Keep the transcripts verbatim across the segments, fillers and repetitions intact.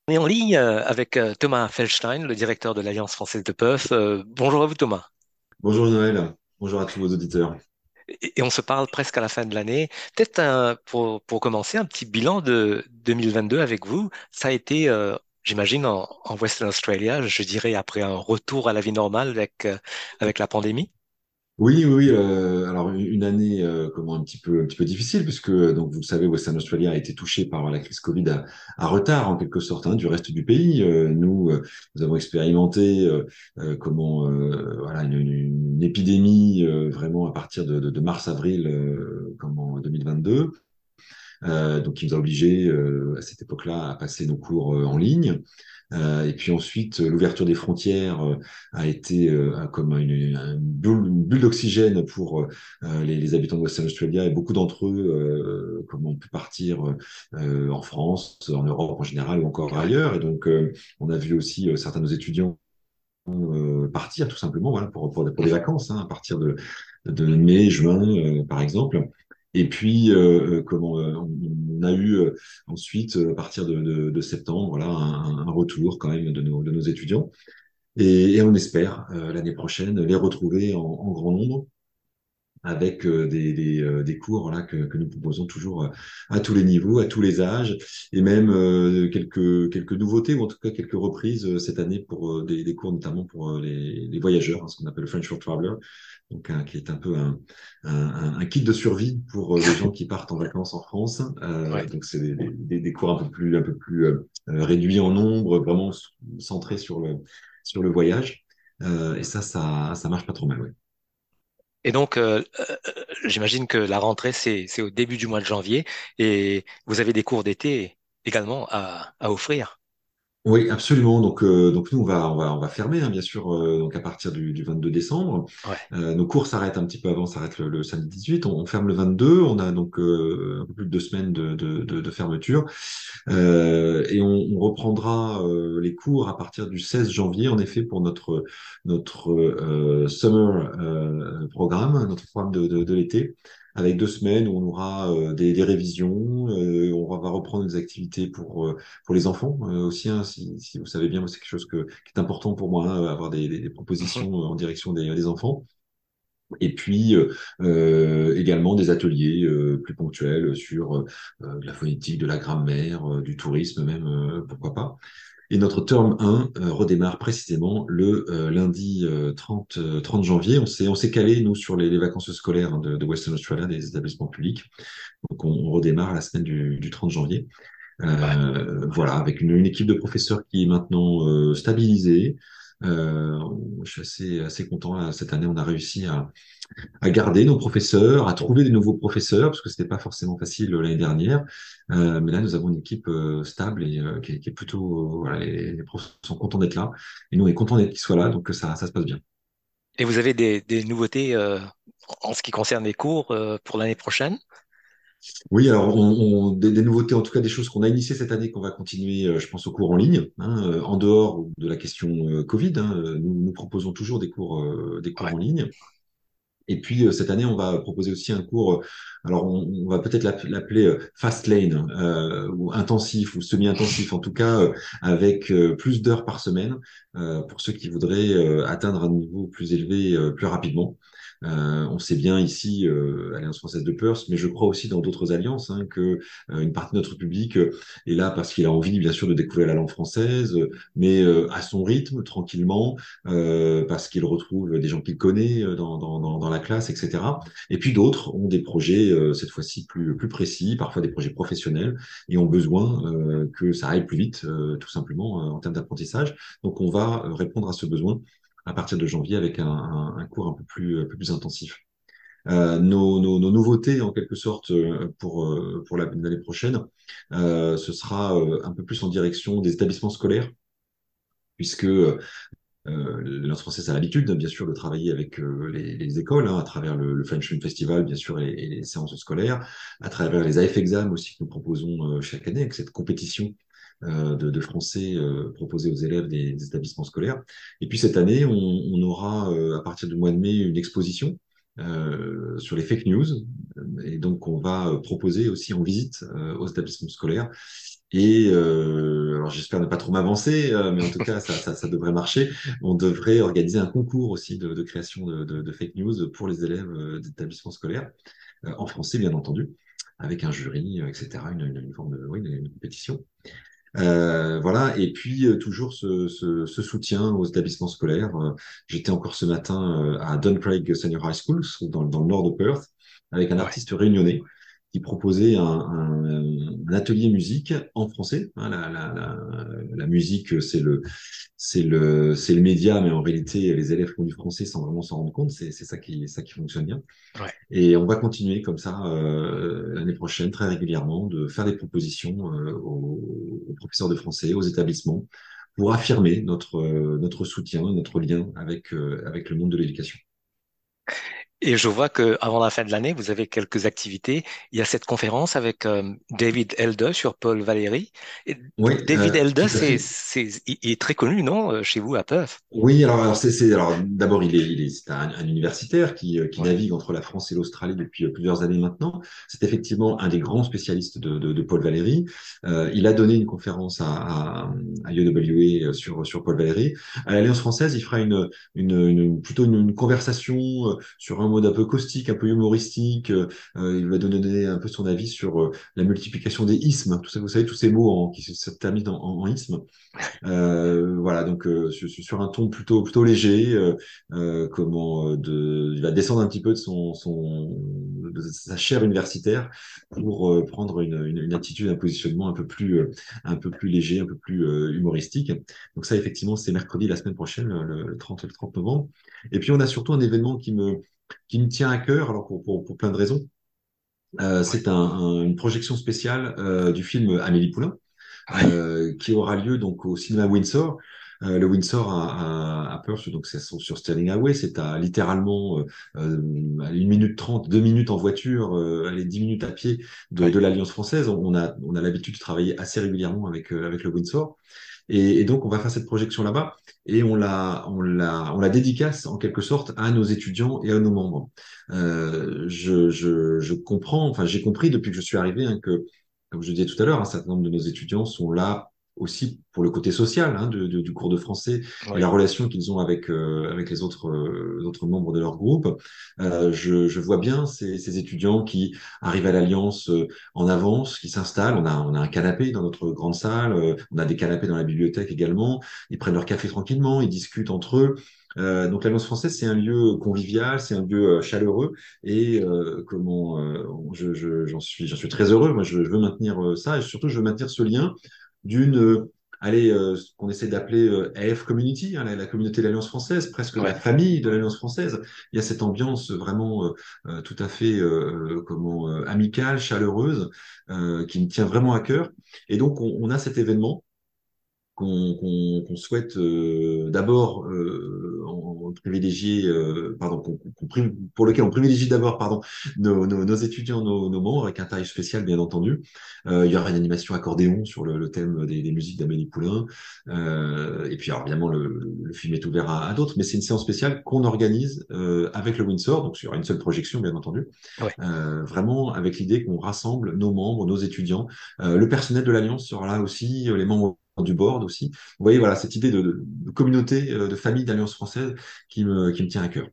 On est en ligne euh, avec euh, Thomas Feldstein, le directeur de l'Alliance française de puff. Euh, bonjour à vous Thomas. Bonjour Noël, bonjour à tous vos auditeurs. Et, et on se parle presque à la fin de l'année. Peut-être un- pour, pour commencer un petit bilan de deux mille vingt-deux avec vous. Ça a été, euh, j'imagine, en, en Western Australia, je dirais après un retour à la vie normale avec, euh, avec la pandémie. Oui, oui, oui, euh, alors une une année euh, comment un petit peu un petit peu difficile puisque euh, donc vous le savez, Western Australia a été touché par la crise Covid à, à retard en quelque sorte hein, du reste du pays. Euh, nous, euh, nous avons expérimenté euh, euh, comment euh, voilà une, une- une épidémie euh, vraiment à partir de, de, de mars-avril euh, comment deux mille vingt-deux. Euh, donc qui nous a obligés euh, à cette époque-là à passer nos cours euh, en ligne. Euh, et puis ensuite, euh, l'ouverture des frontières euh, a été euh, comme une, une bulle, une bulle d'oxygène pour euh, les, les habitants de Western Australia et beaucoup d'entre eux, euh, comme on peut partir euh, en France, en Europe en général ou encore Ouais. ailleurs. Et donc, euh, on a vu aussi euh, certains de nos étudiants euh, partir tout simplement voilà, pour, pour, pour des Mhm. vacances, hein, à partir de, de mai, juin, euh, par exemple. Et puis, euh, euh, comment euh, on, on a eu euh, ensuite, euh, à partir de, de, de septembre, voilà, un, un retour quand même de nos, de nos étudiants. Et, et on espère euh, l'année prochaine les retrouver en, en grand nombre avec euh, des, des, euh, des cours là, que, que nous proposons toujours euh, à tous les niveaux, à tous les âges, et même euh, quelques, quelques nouveautés, ou en tout cas quelques reprises euh, cette année pour euh, des, des cours notamment pour euh, les, les voyageurs, hein, ce qu'on appelle le French for Traveler, donc un- qui est un peu un, un, un kit de survie pour euh, les gens qui partent en vacances en France. Euh, Ouais. donc c'est des, des, des cours un peu plus, un peu plus euh, euh, réduits en nombre, vraiment centrés sur le, sur le voyage. Euh, et ça, ça, ça marche pas trop mal, ouais. Et donc, euh, euh, j'imagine que la rentrée, c'est, c'est au début du mois de janvier et vous avez des cours d'été également à, à offrir. Oui, absolument. Donc, euh, donc nous, on va, on va, on va fermer, hein, bien sûr, euh, donc à partir du, du vingt-deux décembre. Ouais. Euh, nos cours s'arrêtent un petit peu avant, s'arrêtent le, le samedi dix-huit. On, on ferme le vingt-deux. On a donc euh, un peu plus de deux semaines de, de, de, de fermeture. Euh, et on, on reprendra euh, les cours à partir du seize janvier, en effet, pour notre, notre euh, summer euh, programme, notre programme de, de, de l'été, avec deux semaines où on aura euh, des, des révisions, euh, on va reprendre des activités pour, euh, pour les enfants euh, aussi, hein, si, si vous savez bien, moi, c'est quelque chose que, qui est important pour moi, hein, avoir des, des, des Mhm. propositions euh, en direction des, des enfants. Et puis euh, euh, également des ateliers euh, plus ponctuels sur euh, de la phonétique, de la grammaire, euh, du tourisme même, euh, pourquoi pas. Et notre terme un euh, redémarre précisément le euh, lundi euh, trente, euh, trente janvier. On s'est, on s'est calé, nous, sur les, les vacances scolaires hein, de, de Western Australia, des établissements publics. Donc on, on redémarre la semaine du, du trente janvier. Ouais. Euh, voilà, avec une, une équipe de professeurs qui est maintenant euh, stabilisée. Euh, je suis assez, assez content. Là, cette année, on a réussi à, à garder nos professeurs, à trouver des nouveaux professeurs, parce que c'était pas forcément facile euh, l'année dernière. Euh, mais là, nous avons une équipe euh, stable et euh, qui, est, qui est plutôt, euh, voilà, les, les profs sont contents d'être là, et nous, on est contents d'être qu'ils soient là, donc ça, ça se passe bien. Et vous avez des, des nouveautés euh, en ce qui concerne les cours euh, pour l'année prochaine? Oui, alors on, on- des, des nouveautés, en tout cas des choses qu'on a initiées cette année, qu'on va continuer, euh, je pense, au cours en ligne, hein, euh, en dehors de la question euh, Covid. Hein, euh, nous, nous proposons toujours des cours, euh, des cours Ouais. en ligne. Et puis euh, cette année, on va proposer aussi un cours, euh, alors on, on va peut-être l'app- l'appeler euh, fast lane euh, ou intensif ou semi-intensif, en tout cas euh, avec euh, plus d'heures par semaine euh, pour ceux qui voudraient euh, atteindre un niveau plus élevé euh, plus rapidement. Euh, on sait bien ici, euh, Alliance française de Perth, mais je crois aussi dans d'autres alliances, hein, que euh, une partie de notre public euh, est là parce qu'il a envie, bien sûr, de découvrir la langue française, euh, mais euh, à son rythme, tranquillement, euh, parce qu'il retrouve des gens qu'il connaît euh, dans, dans, dans, dans la classe, et cetera. Et puis d'autres ont des projets, euh, cette fois-ci plus, plus précis, parfois des projets professionnels, et ont besoin euh, que ça aille plus vite, euh, tout simplement, euh, en termes d'apprentissage. Donc on va euh, répondre à ce besoin à partir de janvier avec un, un, un cours un peu plus, un peu plus intensif. Euh, nos, nos, nos nouveautés, en quelque sorte, euh, pour, euh, pour la- l'année prochaine, euh, ce sera euh, un peu plus en direction des établissements scolaires, puisque euh, l'Alliance française a l'habitude, bien sûr, de travailler avec euh, les, les écoles, hein, à travers le, le French Film Festival, bien sûr, et, et les séances scolaires, à travers les A F Exam aussi que nous proposons euh, chaque année, avec cette compétition euh, de, de français euh, proposée aux élèves des, des établissements scolaires. Et puis cette année, on, on aura, euh, à partir du mois de mai, une exposition euh, sur les fake news. Et donc, on va proposer aussi en visite euh, aux établissements scolaires et euh, alors j'espère ne pas trop m'avancer, euh, mais en tout cas, ça, ça, ça devrait marcher. On devrait organiser un concours aussi de, de création de, de, de fake news pour les élèves euh, d'établissements scolaires, euh, en français, bien entendu, avec un jury, euh, et cetera, une, une, une forme de, oui, une, une compétition. Euh, voilà, et puis euh, toujours ce, ce, ce soutien aux établissements scolaires. Euh, j'étais encore ce matin euh, à Duncraig Senior High School, dans, dans le nord de Perth, avec un Ouais. artiste réunionnais qui proposait un, un, un atelier musique en français. Hein, la, la, la, la musique, c'est le, c'est le, c'est le média, mais en réalité, les élèves font du français sans vraiment s'en rendre compte. C'est, c'est ça qui, ça qui fonctionne bien. Ouais. Et on va continuer comme ça euh, l'année prochaine, très régulièrement, de faire des propositions euh, aux, aux professeurs de français, aux établissements, pour affirmer notre, euh, notre soutien, notre lien avec, euh, avec le monde de l'éducation. Et je vois que avant la fin de l'année, vous avez quelques activités. Il y a cette conférence avec euh, David Elde sur Paul Valéry. Et Oui, David euh, Elde, tout à c'est, fait. c'est, il il est très connu, non, euh, chez vous à Perth? Oui, alors, alors c'est, c'est- alors d'abord il est, il est, c'est un, un universitaire qui, euh, qui Ouais. navigue entre la France et l'Australie depuis euh, plusieurs années maintenant. C'est effectivement un des grands spécialistes de, de, de Paul Valéry. Euh, il a donné une conférence à, à, à U W A sur, sur Paul Valéry. À l'Alliance française, il fera une, une, une plutôt une, une conversation euh, sur un mode un peu caustique, un peu humoristique. Euh, il va donner un peu son avis sur euh, la multiplication des ismes. Tout ça, vous savez, tous ces mots en- qui se, se terminent en, en ismes. Euh, voilà, donc euh, sur, sur un ton plutôt plutôt léger, euh, euh, comment euh, de, il va descendre un petit peu de son, son de sa chaire universitaire pour euh, prendre une, une, une attitude, un positionnement un peu plus euh, un peu plus léger, un peu plus euh, humoristique. Donc ça, effectivement, c'est mercredi la semaine prochaine, le, le trente le trente novembre. Et puis on a surtout un événement qui me qui me tient à cœur, alors pour pour, pour plein de raisons. Euh, Ouais. c'est un, un- une projection spéciale euh, du film Amélie Poulain Ouais. euh, qui aura lieu donc au cinéma Windsor. Euh, le Windsor à, à, à Perth, donc c'est sur sur Stirling Highway, c'est à littéralement euh, euh, une minute trente, deux minutes en voiture, euh, allez, dix minutes à pied de, Ouais. de l'Alliance française. On a, on a l'habitude de travailler assez régulièrement avec, euh, avec le Windsor. Et, et donc, on va faire cette projection là-bas et on la, on la, on la dédicace en quelque sorte à nos étudiants et à nos membres. Euh, je, je, je comprends, enfin, j'ai compris depuis que je suis arrivé hein, que, comme je disais tout à l'heure, un certain nombre de nos étudiants sont là aussi pour le côté social hein, de, de- du cours de français et la Ouais. relation qu'ils ont avec, euh, avec les autres, euh, autres membres de leur groupe. Euh, je, je vois bien ces, ces étudiants qui arrivent à l'Alliance euh, en avance, qui s'installent. On a, on a un canapé dans notre grande salle, euh, on a des canapés dans la bibliothèque également. Ils prennent leur café tranquillement, ils discutent entre eux. Euh, donc l'Alliance française, c'est un lieu convivial, c'est un lieu euh, chaleureux et euh, comment euh, je, je- j'en suis, j'en suis très heureux. Moi, je, je veux maintenir euh, ça et surtout, je veux maintenir ce lien d'une, euh, allez, euh, ce qu'on essaie d'appeler euh, A F Community, hein, la, la communauté de l'Alliance française, presque la Ouais. famille de l'Alliance française. Il y a cette ambiance vraiment euh, euh, tout à fait euh, comment euh, amicale, chaleureuse, euh, qui me tient vraiment à cœur. Et donc, on, on a cet événement qu'on qu'on- qu'on souhaite euh, d'abord euh, en, en privilégier, euh, pardon, qu'on- qu'on pri- pour lequel on privilégie d'abord, pardon, nos, nos, nos étudiants, nos, nos membres, avec un tarif spécial, bien entendu. Euh, il y aura une animation accordéon sur le, le thème des, des musiques d'Amélie Poulain. Euh, et puis, alors, évidemment, le, le film est ouvert à, à d'autres, mais c'est une séance spéciale qu'on organise euh, avec le Windsor, donc sur une seule projection, bien entendu, Ouais. euh, vraiment avec l'idée qu'on rassemble nos membres, nos étudiants. Euh, le personnel de l'Alliance sera là aussi, euh, les membres du board aussi. Vous voyez, voilà, cette idée de, de- de communauté, euh, de famille d'Alliance française qui me, qui me tient à cœur.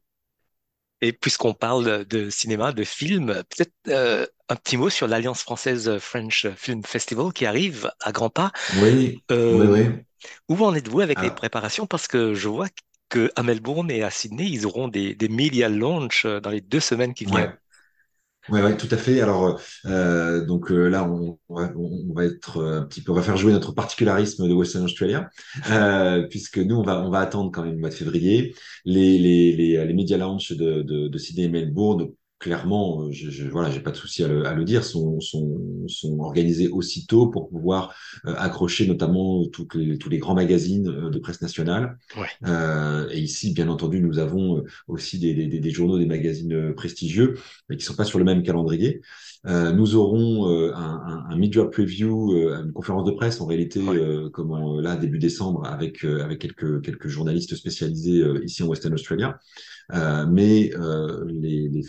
Et puisqu'on parle de cinéma, de film, peut-être euh, un petit mot sur l'Alliance française French Film Festival qui arrive à grands pas. Oui, oui, Euh, oui. Où en êtes-vous avec les Alors, préparations? Parce que je vois que à Melbourne et à Sydney, ils auront des, des media launch euh, dans les deux semaines qui ouais. viennent. Ouais, ouais, tout à fait. Alors, euh, donc euh, là, on, on va, on va être euh, un petit peu, on va faire jouer notre particularisme de Western Australia, euh, puisque nous, on va, on va attendre quand même le mois de février. Les, les, les, les media launch de, de, de Sydney et Melbourne, clairement, euh, je, je, voilà, j'ai pas de souci à le, à le dire, sont, sont, sont organisés aussitôt pour pouvoir euh, accrocher notamment tous les, tous les grands magazines euh, de presse nationale. Ouais. Euh, et ici, bien entendu, nous avons euh, aussi des, des, des journaux, des magazines euh, prestigieux mais qui sont pas sur le même calendrier. Euh, nous aurons euh, un, un, un media preview, euh, une conférence de presse en réalité, Ouais. euh, comment là début décembre avec euh, avec quelques quelques journalistes spécialisés euh, ici en Western Australia. Euh, mais euh, les, les festivités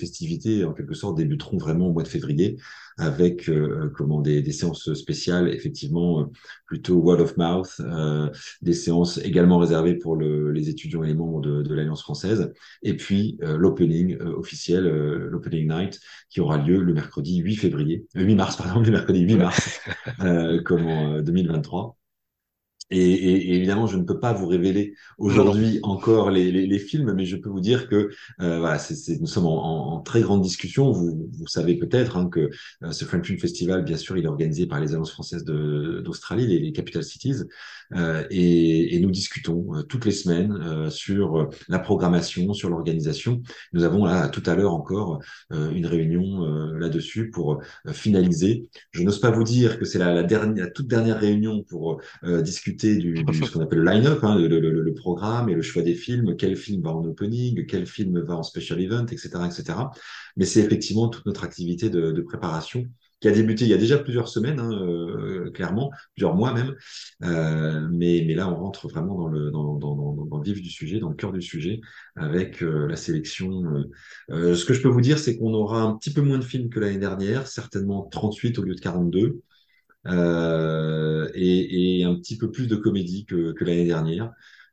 activités, en quelque sorte, débuteront vraiment au mois de février avec euh, comment des, des séances spéciales, effectivement, euh, plutôt word of mouth, euh, des séances également réservées pour le, les étudiants et les membres de, de l'Alliance française, et puis euh, l'opening euh, officiel, euh, l'opening night, qui aura lieu le mercredi huit février, euh, huit mars, pardon, le mercredi huit mars, euh, comme en euh, deux mille vingt-trois. Et, et- et évidemment, je ne peux pas vous révéler Non, non. aujourd'hui encore les, les- les films, mais je peux vous dire que euh, voilà, c'est, c'est- nous sommes en, en- en très grande discussion. Vous, vous savez peut-être hein, que euh, ce French Film Festival, bien sûr, il est organisé par les Alliances françaises de- d'Australie, les, les Capital Cities, euh, et, et nous discutons euh, toutes les semaines euh, sur euh, la programmation, sur l'organisation. Nous avons là tout à l'heure encore euh, une réunion euh, là-dessus pour euh, finaliser. Je n'ose pas vous dire que c'est la, la dernière, la toute dernière réunion pour euh, discuter du, du ce qu'on appelle le line-up, hein, le, le, le, le programme et le choix des films, quel film va en opening, quel film va en special event, et cetera, et cetera. Mais c'est effectivement toute notre activité de, de préparation qui a débuté il y a déjà plusieurs semaines, hein, euh, clairement, plusieurs mois même. Euh, mais, mais là, on rentre vraiment dans le, dans, dans, dans, dans le vif du sujet, dans le cœur du sujet, avec euh, la sélection. Euh, euh, ce que je peux vous dire, c'est qu'on aura un petit peu moins de films que l'année dernière, certainement trente-huit au lieu de quarante-deux euh, et, et un petit peu plus de comédie que, que l'année dernière.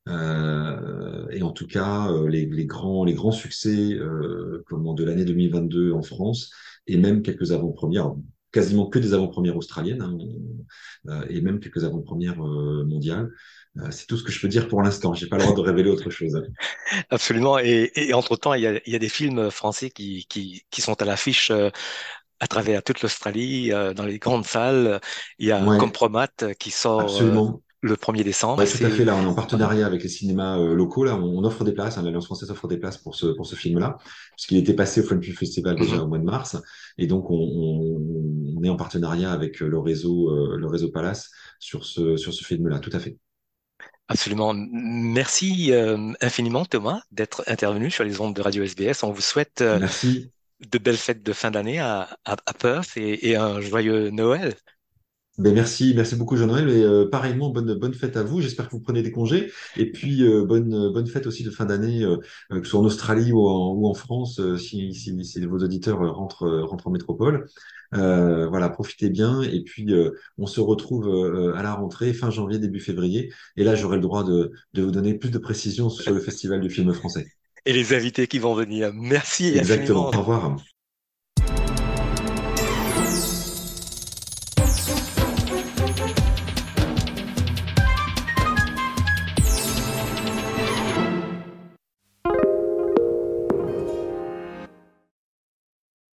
Euh, et en tout cas, euh, les, les grands, les grands succès euh, comment, de l'année deux mille vingt-deux en France, et même quelques avant-premières, quasiment que des avant-premières australiennes, hein, euh, et même quelques avant-premières euh, mondiales. Euh, c'est tout ce que je peux dire pour l'instant. J'ai pas le droit de révéler autre chose. Absolument. Et, et entre-temps, il y a, il y a des films français qui, qui, qui sont à l'affiche euh, à travers toute l'Australie, euh, dans les grandes salles. Il y a Ouais, Compromat euh, qui sort euh, absolument. le premier décembre. Ouais, tout à C'est fait. Là, on est en voilà. partenariat avec les cinémas euh, locaux. Là, on, on offre des places. Hein, l'Alliance française offre des places pour ce pour ce film-là, puisqu'il était passé au Film Film Festival Mhm. déjà au mois de mars. Et donc, on, on- on est en partenariat avec euh, le réseau euh, le réseau Palace sur ce sur ce film-là. Tout à fait. Absolument. Merci euh, infiniment, Thomas, d'être intervenu sur les ondes de Radio S B S. On vous souhaite euh, Merci. de belles fêtes de fin d'année à, à, à Perth et, et un joyeux Noël. Ben merci, merci beaucoup Jean-Noël et euh, pareillement bonne bonne fête à vous. J'espère que vous prenez des congés et puis euh, bonne bonne fête aussi de fin d'année, euh, euh, que ce soit en Australie ou en, ou en France, euh, si, si, si vos auditeurs euh, rentrent euh, rentrent en métropole. Euh, voilà, profitez bien et puis euh, on se retrouve euh, à la rentrée fin janvier début février et là j'aurai le droit de de vous donner plus de précisions sur le festival du film français. Et les invités qui vont venir. Merci Exactement. infiniment. Au revoir.